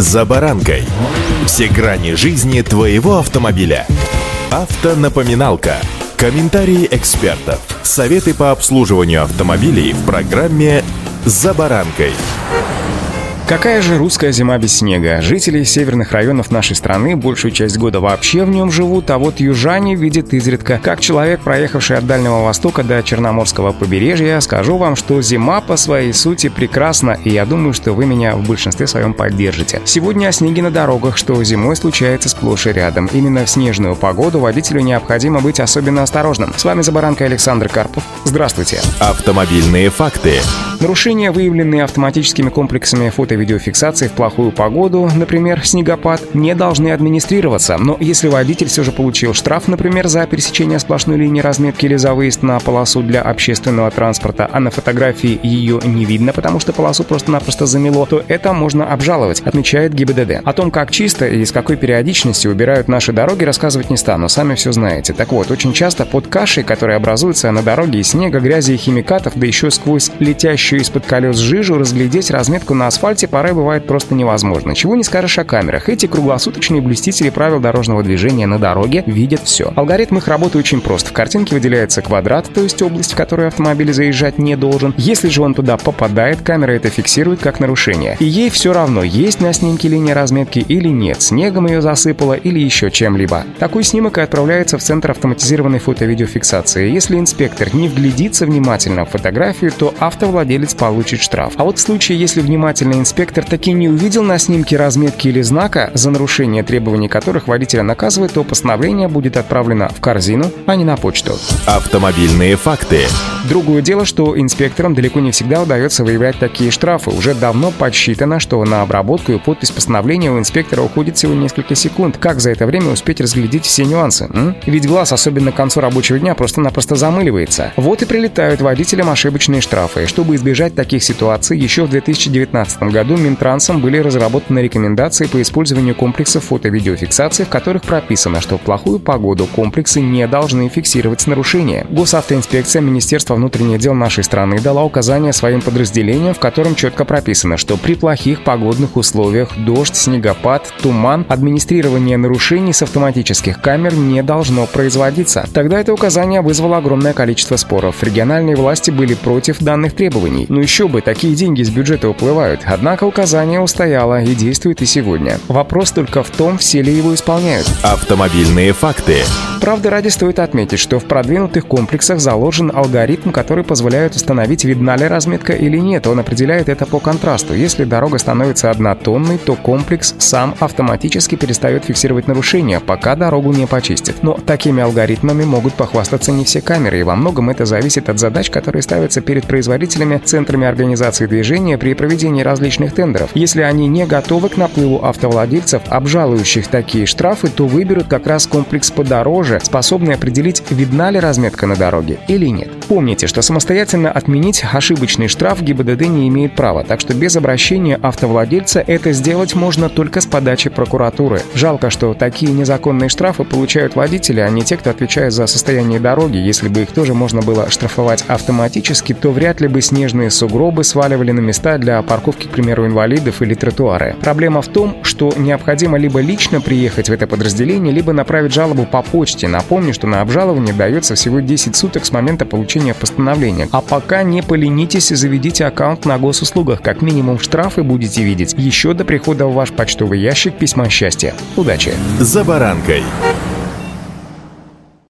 «За баранкой». Все грани жизни твоего автомобиля. Автонапоминалка. Комментарии экспертов. Советы по обслуживанию автомобилей в программе «За баранкой». Какая же русская зима без снега? Жители северных районов нашей страны большую часть года вообще в нем живут, а вот южане видят изредка. Как человек, проехавший от Дальнего Востока до Черноморского побережья, скажу вам, что зима по своей сути прекрасна, и я думаю, что вы меня в большинстве своем поддержите. Сегодня о снеге на дорогах, что зимой случается сплошь и рядом. Именно в снежную погоду водителю необходимо быть особенно осторожным. С вами «За баранкой» Александр Карпов. Здравствуйте. Автомобильные факты. Нарушения, выявленные автоматическими комплексами фото-видеофиксации в плохую погоду, например, снегопад, не должны администрироваться. Но если водитель все же получил штраф, например, за пересечение сплошной линии разметки или за выезд на полосу для общественного транспорта, а на фотографии ее не видно, потому что полосу просто-напросто замело, то это можно обжаловать, отмечает ГИБДД. О том, как чисто и с какой периодичностью убирают наши дороги, рассказывать не стану, сами все знаете. Так вот, очень часто под кашей, которая образуется на дороге из снега, грязи и химикатов, да еще сквозь летящую из-под колес жижу, разглядеть разметку на асфальте порой бывает просто невозможно. Чего не скажешь о камерах. Эти круглосуточные блюстители правил дорожного движения на дороге видят все. Алгоритм их работы очень прост. В картинке выделяется квадрат, то есть область, в которую автомобиль заезжать не должен. Если же он туда попадает, камера это фиксирует как нарушение. И ей все равно, есть на снимке линия разметки или нет, снегом ее засыпало или еще чем-либо. Такой снимок и отправляется в Центр автоматизированной фото-видеофиксации. Если инспектор не вглядится внимательно в фотографию, то автовладелец получит штраф. А вот в случае, если внимательный инспектор таки не увидел на снимке разметки или знака, за нарушение требований которых водителя наказывают, то постановление будет отправлено в корзину, а не на почту. Автомобильные факты. Другое дело, что инспекторам далеко не всегда удается выявлять такие штрафы. Уже давно подсчитано, что на обработку и подпись постановления у инспектора уходит всего несколько секунд. Как за это время успеть разглядеть все нюансы? Ведь глаз, особенно к концу рабочего дня, просто-напросто замыливается. Вот и прилетают водителям ошибочные штрафы. Чтобы избежать таких ситуаций, еще в 2019 году Минтрансом были разработаны рекомендации по использованию комплексов фото-видеофиксации, в которых прописано, что в плохую погоду комплексы не должны фиксировать нарушения. Госавтоинспекция Министерства внутренних дел нашей страны дала указания своим подразделениям, в котором четко прописано, что при плохих погодных условиях дождь, снегопад, туман, администрирование нарушений с автоматических камер не должно производиться. Тогда это указание вызвало огромное количество споров. Региональные власти были против данных требований. Ну еще бы, такие деньги из бюджета уплывают. Однако указание устояло и действует и сегодня. Вопрос только в том, все ли его исполняют. Автомобильные факты. Правда, ради стоит отметить, что в продвинутых комплексах заложен алгоритм, который позволяет установить, видна ли разметка или нет. Он определяет это по контрасту. Если дорога становится однотонной, то комплекс сам автоматически перестает фиксировать нарушения, пока дорогу не почистит. Но такими алгоритмами могут похвастаться не все камеры, и во многом это зависит от задач, которые ставятся перед производителями, центрами организации движения при проведении различных тендеров. Если они не готовы к наплыву автовладельцев, обжалующих такие штрафы, то выберут как раз комплекс подороже, способный определить, видна ли разметка на дороге или нет. Помните, что самостоятельно отменить ошибочный штраф ГИБДД не имеет права, так что без обращения автовладельца это сделать можно только с подачи прокуратуры. Жалко, что такие незаконные штрафы получают водители, а не те, кто отвечает за состояние дороги. Если бы их тоже можно было штрафовать автоматически, то вряд ли бы снежные сугробы сваливали на места для парковки, к примеру, инвалидов или тротуары. Проблема в том, что необходимо либо лично приехать в это подразделение, либо направить жалобу по почте. Напомню, что на обжалование дается всего 10 суток с момента получения постановления. А пока не поленитесь и заведите аккаунт на госуслугах. Как минимум штрафы будете видеть еще до прихода в ваш почтовый ящик письма счастья. Удачи! «За баранкой».